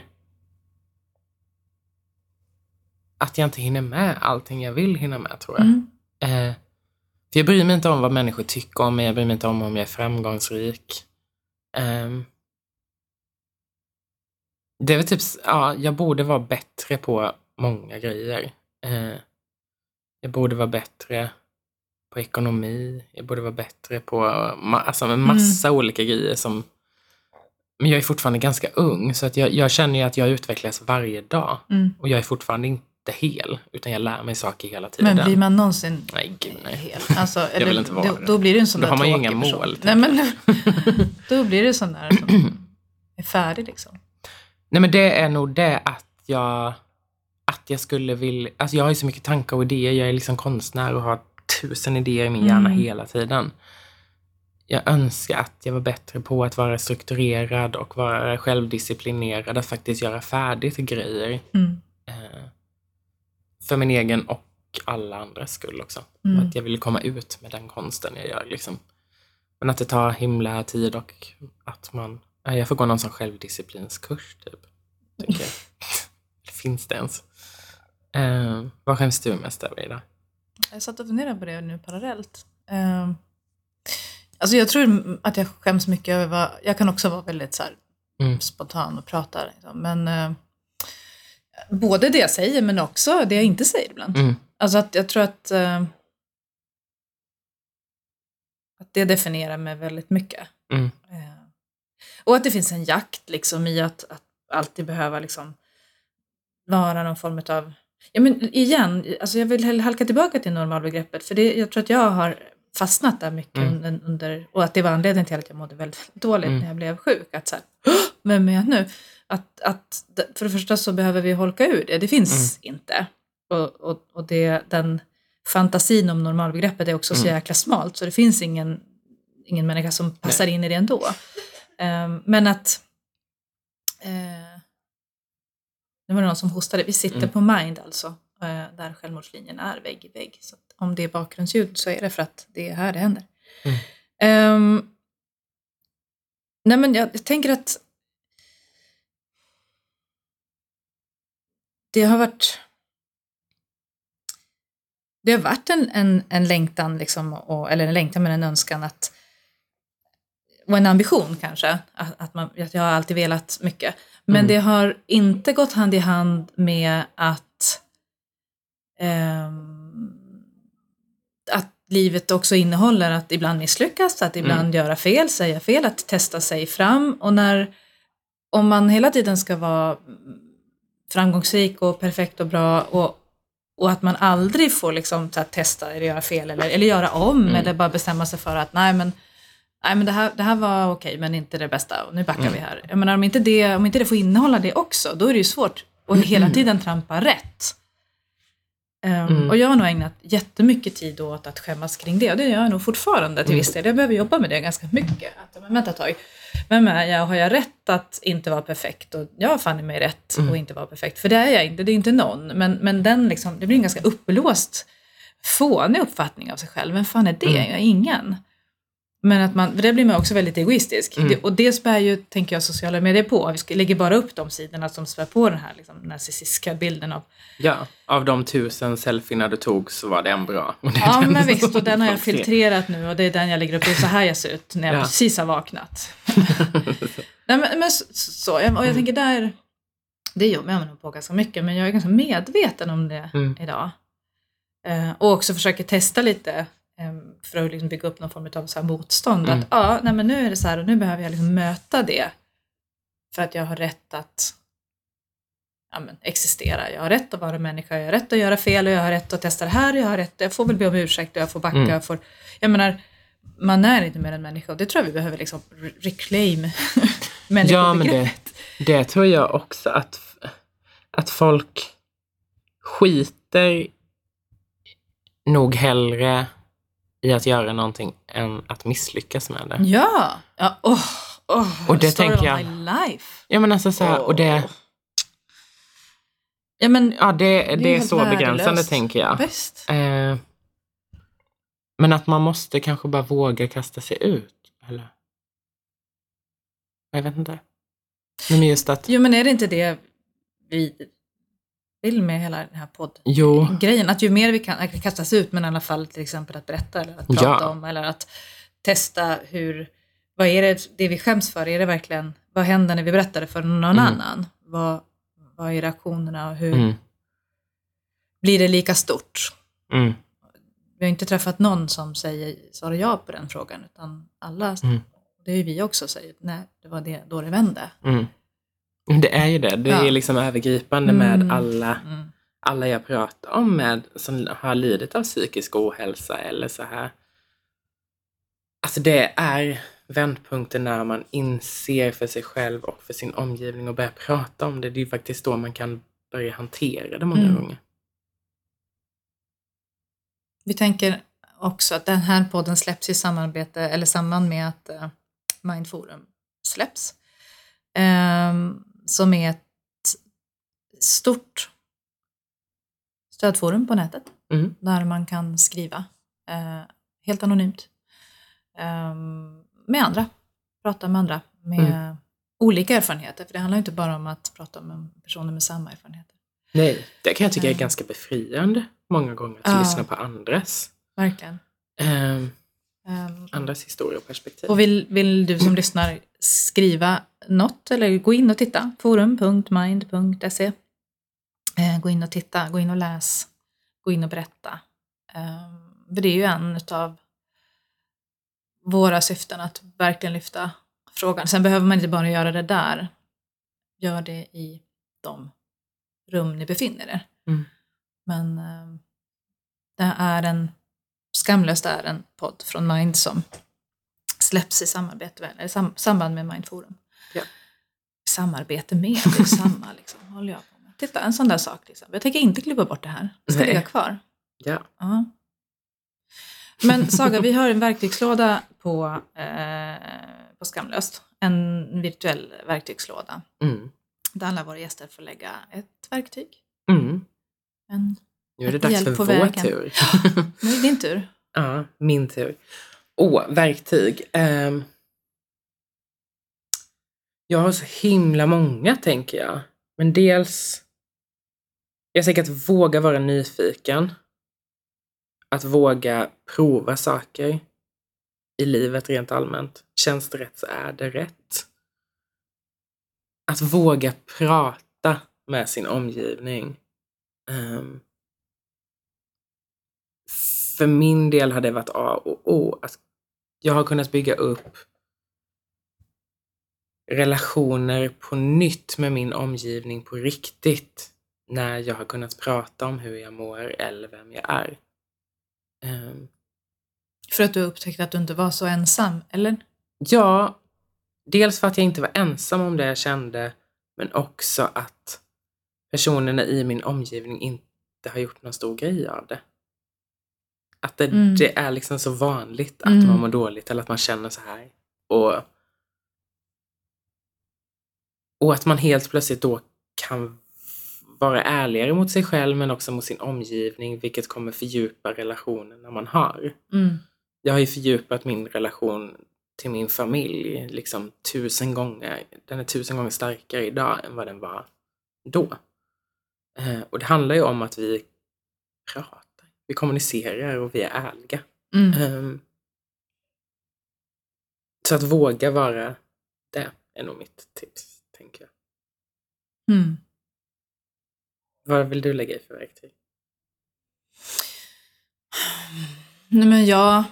Att jag inte hinner med allting jag vill hinna med, tror jag. För jag bryr mig inte om vad människor tycker om mig. Jag bryr mig inte om jag är framgångsrik. Det är väl typ... jag borde vara bättre på många grejer. Jag borde vara bättre på ekonomi. Jag borde vara bättre på en massa olika grejer som... Men jag är fortfarande ganska ung, så att jag känner ju att jag utvecklas varje dag. Och jag är fortfarande inte hel, utan jag lär mig saker hela tiden. Men blir man någonsin hel? Alltså, jag vill inte vara då blir det en sån där då har man ju inga person. mål. Nej, men då blir det sån där som är färdig liksom. Nej, men det är nog det att jag skulle vilja... Alltså jag har ju så mycket tankar och idéer. Jag är liksom konstnär och har 1000 idéer i min hjärna hela tiden. Jag önskar att jag var bättre på att vara strukturerad och vara självdisciplinerad. Att faktiskt göra färdigt grejer. För min egen och alla andras skull också. Att jag ville komma ut med den konsten jag gör. Liksom. Men att det tar himla tid och att man... Jag får gå någon sån självdisciplinskurs typ. Tycker jag. Finns det ens? Vad skäms du mest över idag? Jag satt och funderade på det nu parallellt. Alltså jag tror att jag skäms mycket över... Jag kan också vara väldigt så här, spontan och prata. Liksom. Men både det jag säger men också det jag inte säger ibland. Alltså att jag tror att det definierar mig väldigt mycket. Och att det finns en jakt liksom i att alltid behöva liksom vara någon form av... Ja, men igen, alltså jag vill halka tillbaka till normalbegreppet. För jag tror att jag har fastnat där mycket under... Och att det var anledningen till att jag mådde väldigt dåligt när jag blev sjuk. Att så här, vem är jag nu? Att för det första så behöver vi holka ur det. Det finns inte. Och den fantasin om normalbegreppet är också så jäkla smalt. Så det finns ingen människa som passar in i det ändå. Men att... det var någon som hostade. Vi sitter på Mind alltså. Där självmordslinjen är vägg i vägg. Så att om det är bakgrundsljud så är det för att det är här det händer. Nej, men jag tänker att det har varit en längtan liksom, eller en längtan men en önskan att, och en ambition kanske att jag har alltid velat mycket, men det har inte gått hand i hand med att livet också innehåller att ibland misslyckas, att ibland göra fel, säga fel, att testa sig fram. Och om man hela tiden ska vara framgångsrik och perfekt och bra och att man aldrig får liksom så att testa eller göra fel eller göra om eller bara bestämma sig för att nej men det här var okej, men inte det bästa och nu backar vi här. Jag menar, om inte det får innehålla det också, då är det ju svårt att hela tiden trampa rätt. Och jag har nog ägnat jättemycket tid åt att skämmas kring det. Och det gör jag nog fortfarande till viss del. Jag behöver jobba med det ganska mycket. Vänta ett tag. Men har jag rätt att inte vara perfekt? Och jag har fan i mig rätt att inte vara perfekt. För det är jag inte. Det är inte någon. Men den liksom, det blir en ganska uppblåst fånig uppfattning av sig själv. Vem fan är det? Jag är ingen. Men att det blir man också väldigt egoistisk. Och det spär ju, tänker jag, sociala medier på. Vi lägger bara upp de sidorna som spär på den här liksom, narcissistiska bilden av... Ja, av de 1000 selfierna du tog så var det en bra. Ja, men visst. Och den har jag filtrerat nu. Och det är den jag lägger upp. Det är så här jag ser ut när jag precis har vaknat. Nej, men så. Och jag tänker där... Det jobbar jag nog på ganska mycket. Men jag är ganska medveten om det idag. Och också försöker testa lite... för att liksom bygga upp någon form av så här motstånd. Att men nu är det så här och nu behöver jag liksom möta det. För att jag har rätt att existera. Jag har rätt att vara människa. Jag har rätt att göra fel och jag har rätt att testa det här. Jag får väl be om ursäkt och jag får backa. Jag menar, man är inte mer än människa. Och det tror jag vi behöver liksom reclaim människobegreppet. Ja, men det tror jag också att folk skiter nog hellre i att göra någonting än att misslyckas med det. Ja. Och det tänker jag. My life. Ja, men alltså så här, och det... Ja, men det är så begränsande, tänker jag. Bäst. Men att man måste kanske bara våga kasta sig ut. Eller? Jag vet inte. Men just att... Jo, men är det inte det vi vill med hela den här poddgrejen? Att ju mer vi kan kastas ut, men i alla fall till exempel att berätta eller att prata om eller att testa vad är det vi skäms för? Är det verkligen, vad händer när vi berättar det för någon annan? Vad är reaktionerna och hur blir det lika stort? Vi har inte träffat någon som svarar ja på den frågan, utan alla, det är ju vi också, säger nej, det var det, då det vände. Det är ju det. Det är liksom övergripande med alla jag pratar om som har lidit av psykisk ohälsa eller så här. Alltså det är vändpunkten när man inser för sig själv och för sin omgivning och börjar prata om det. Det är ju faktiskt då man kan börja hantera det många gånger. Vi tänker också att den här podden släpps i samarbete eller samband med att Mindforum släpps. Som är ett stort stödforum på nätet. Där man kan skriva helt anonymt med andra. Prata med andra med olika erfarenheter. För det handlar inte bara om att prata med personer med samma erfarenheter. Nej, det kan jag tycka är ganska befriande många gånger att lyssna på andras. Verkligen. Andras historia och perspektiv. Och vill du som lyssnar skriva något eller gå in och titta. forum.mind.se. Gå in och titta, gå in och läs, gå in och berätta. För det är ju en av våra syften att verkligen lyfta frågan. Sen behöver man inte bara göra det där. Gör det i de rum ni befinner er. Mm. Men det är Skamlöst är en podd från Mind som släpps i samband med Mindforum. Ja. Samarbete med, det är samma liksom, håller jag på med. Titta, en sån där sak liksom. Jag tänker inte klippa bort det här. Det ska ligga kvar. Ja. Ja. Men Saga, vi har en verktygslåda på Skamlöst. En virtuell verktygslåda. Mm. Där alla våra gäster får lägga ett verktyg. Mm. Nu är det ett dags hjälp för på vår vägen. tur. Nu är det din tur. Ja, min tur. Verktyg. Jag har så himla många, tänker jag. Men dels, jag tänker att våga vara nyfiken. Att våga prova saker i livet rent allmänt. Känns det rätt så är det rätt. Att våga prata med sin omgivning. För min del har det varit A och O. Att jag har kunnat bygga upp relationer på nytt med min omgivning på riktigt. När jag har kunnat prata om hur jag mår eller vem jag är. För att du upptäckte att du inte var så ensam, eller? Ja, dels för att jag inte var ensam om det jag kände. Men också att personerna i min omgivning inte har gjort någon stor grej av det. Att det är liksom så vanligt att man mår dåligt eller att man känner så här. Och att man helt plötsligt då kan vara ärligare mot sig själv men också mot sin omgivning, vilket kommer fördjupa relationerna man har. Jag har ju fördjupat min relation till min familj liksom 1000 gånger. Den är 1000 gånger starkare idag än vad den var då. Och det handlar ju om att vi pratar. Vi kommunicerar och vi är ärliga. Så att våga vara det är nog mitt tips, tänker jag. Vad vill du lägga i för verktyg? Nej, men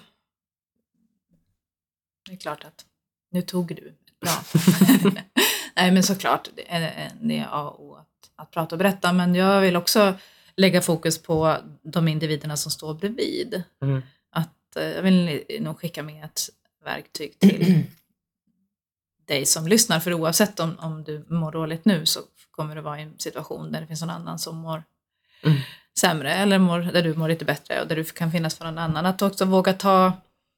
det är klart att nu tog du bra. Nej, men såklart det är A och O att prata och berätta, men jag vill också lägga fokus på de individerna som står bredvid. Att jag vill nog skicka med ett verktyg till dig som lyssnar, för oavsett om du mår dåligt nu så kommer du vara i en situation där det finns någon annan som mår sämre eller där du mår lite bättre och där du kan finnas för någon annan. Att också våga ta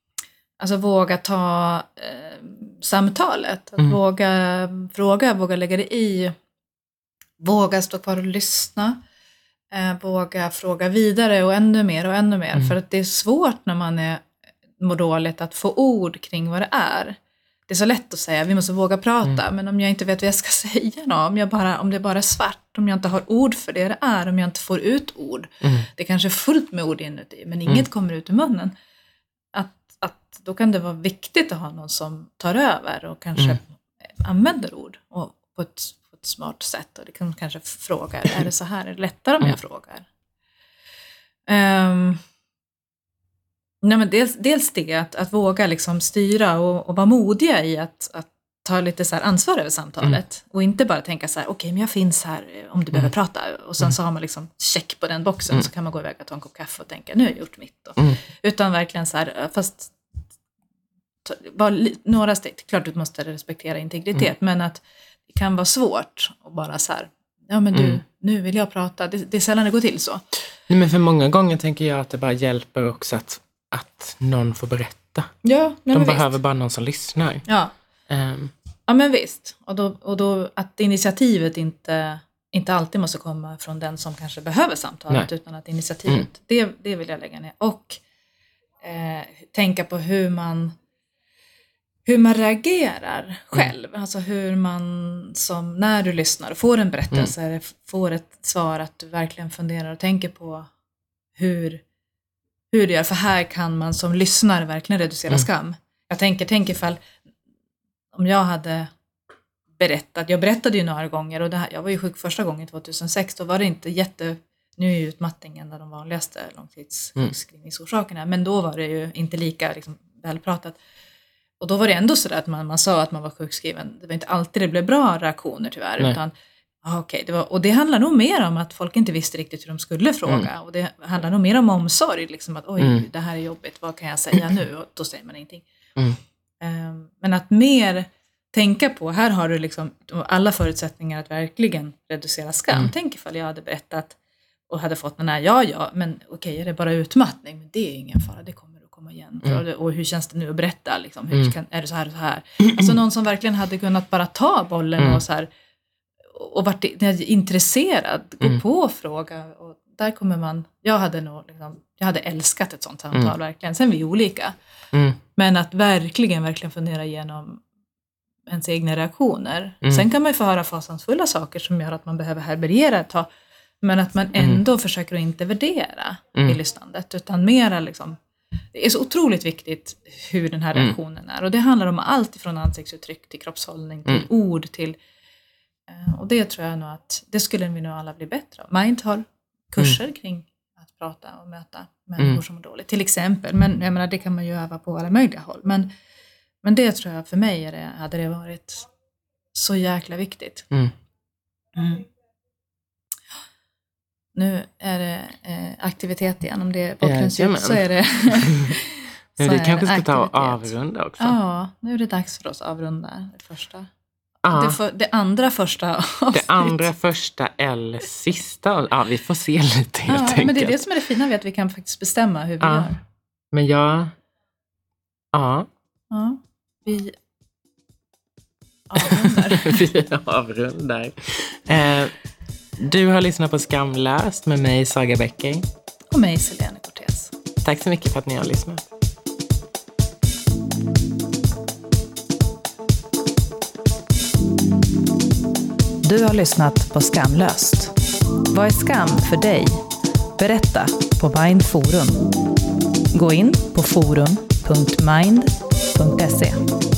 samtalet, att våga fråga, våga lägga det i, våga stå kvar och lyssna, våga fråga vidare och ännu mer, för att det är svårt när man mår dåligt att få ord kring vad det är. Det är så lätt att säga, vi måste våga prata, men om jag inte vet vad jag ska säga då, om det bara är svart, om jag inte har ord för det är, om jag inte får ut ord, det kanske är fullt med ord inuti, men inget kommer ut i munnen, att då kan det vara viktigt att ha någon som tar över och kanske använder ord och på ett smart sätt, och det kan kanske fråga, är det så här, är det lättare om jag frågar? Nej, men dels det att våga liksom styra och vara modiga i att ta lite så här ansvar över samtalet och inte bara tänka så här, okej, men jag finns här om du behöver prata, och sen så har man liksom check på den boxen, så kan man gå iväg och ta en kopp kaffe och tänka, nu har jag gjort mitt då. Utan verkligen så här, fast bara några steg, klart du måste respektera integritet, men att det kan vara svårt och bara så här, ja men du, nu vill jag prata, det är sällan det går till så. Nej, men för många gånger tänker jag att det bara hjälper också att någon får berätta. Ja, de behöver bara någon som lyssnar. Ja. Ja, men visst. Och då att initiativet inte alltid måste komma från den som kanske behöver samtalet, utan att initiativet, det vill jag lägga ner. Och tänka på hur man reagerar själv. Alltså hur man, som när du lyssnar och får en berättelse, får ett svar, att du verkligen funderar och tänker på hur du gör. För här kan man som lyssnare verkligen reducera skam. Jag tänker ifall, om jag hade berättat, jag berättade ju några gånger, och jag var ju sjuk första gången 2006, då var det inte nu är ju utmattning en av de vanligaste långtidssjukskrivningsorsakerna, men då var det ju inte lika liksom välpratat. Och då var det ändå så att man sa att man var sjukskriven. Det var inte alltid det blev bra reaktioner tyvärr. Nej. Utan Okej. Och det handlar nog mer om att folk inte visste riktigt hur de skulle fråga. Och det handlar nog mer om omsorg. Liksom att det här är jobbigt, vad kan jag säga nu? Och då säger man ingenting. Men att mer tänka på, här har du liksom alla förutsättningar att verkligen reducera skam. Tänk ifall jag hade berättat och hade fått den här, men okej, är det bara utmattning? Men det är ingen fara, det kommer att komma igen. Och hur känns det nu att berätta? Liksom, är det så här och så här? Alltså någon som verkligen hade kunnat bara ta bollen och så här, och varit intresserad, gå på och fråga. Och där kommer jag hade älskat ett sånt samtal verkligen. Sen är vi olika. Men att verkligen fundera igenom ens egna reaktioner. Sen kan man ju få höra fasansfulla saker som gör att man behöver härbärgera ett tag. Men att man ändå försöker att inte värdera i lyssnandet. Utan mera liksom, det är så otroligt viktigt hur den här reaktionen är. Och det handlar om allt ifrån ansiktsuttryck till kroppshållning, till ord, till... Och det tror jag nog att det skulle vi nog alla bli bättre av. Mind har kurser kring att prata och möta människor som mår dåligt. Till exempel. Men jag menar, det kan man ju öva på alla möjliga håll. Men det tror jag för mig hade det varit så jäkla viktigt. Nu är det aktivitet igen. Om det är bakgrundsljud så är det... Men vi kanske ska ta och avrunda också. Ja, nu är det dags för oss att avrunda det första. Det andra första avsnitt. Det andra första eller sista. Ja, vi får se lite helt enkelt. Men det är det som är det fina, att vi kan faktiskt bestämma hur vi gör. Men Ja, vi avrundar. Vi avrundar. Du har lyssnat på Skamlöst med mig, Saga Becker. Och mig, Selene Cortez. Tack så mycket för att ni har lyssnat. Du har lyssnat på Skamlöst. Vad är skam för dig? Berätta på Mind Forum. Gå in på forum.mind.se.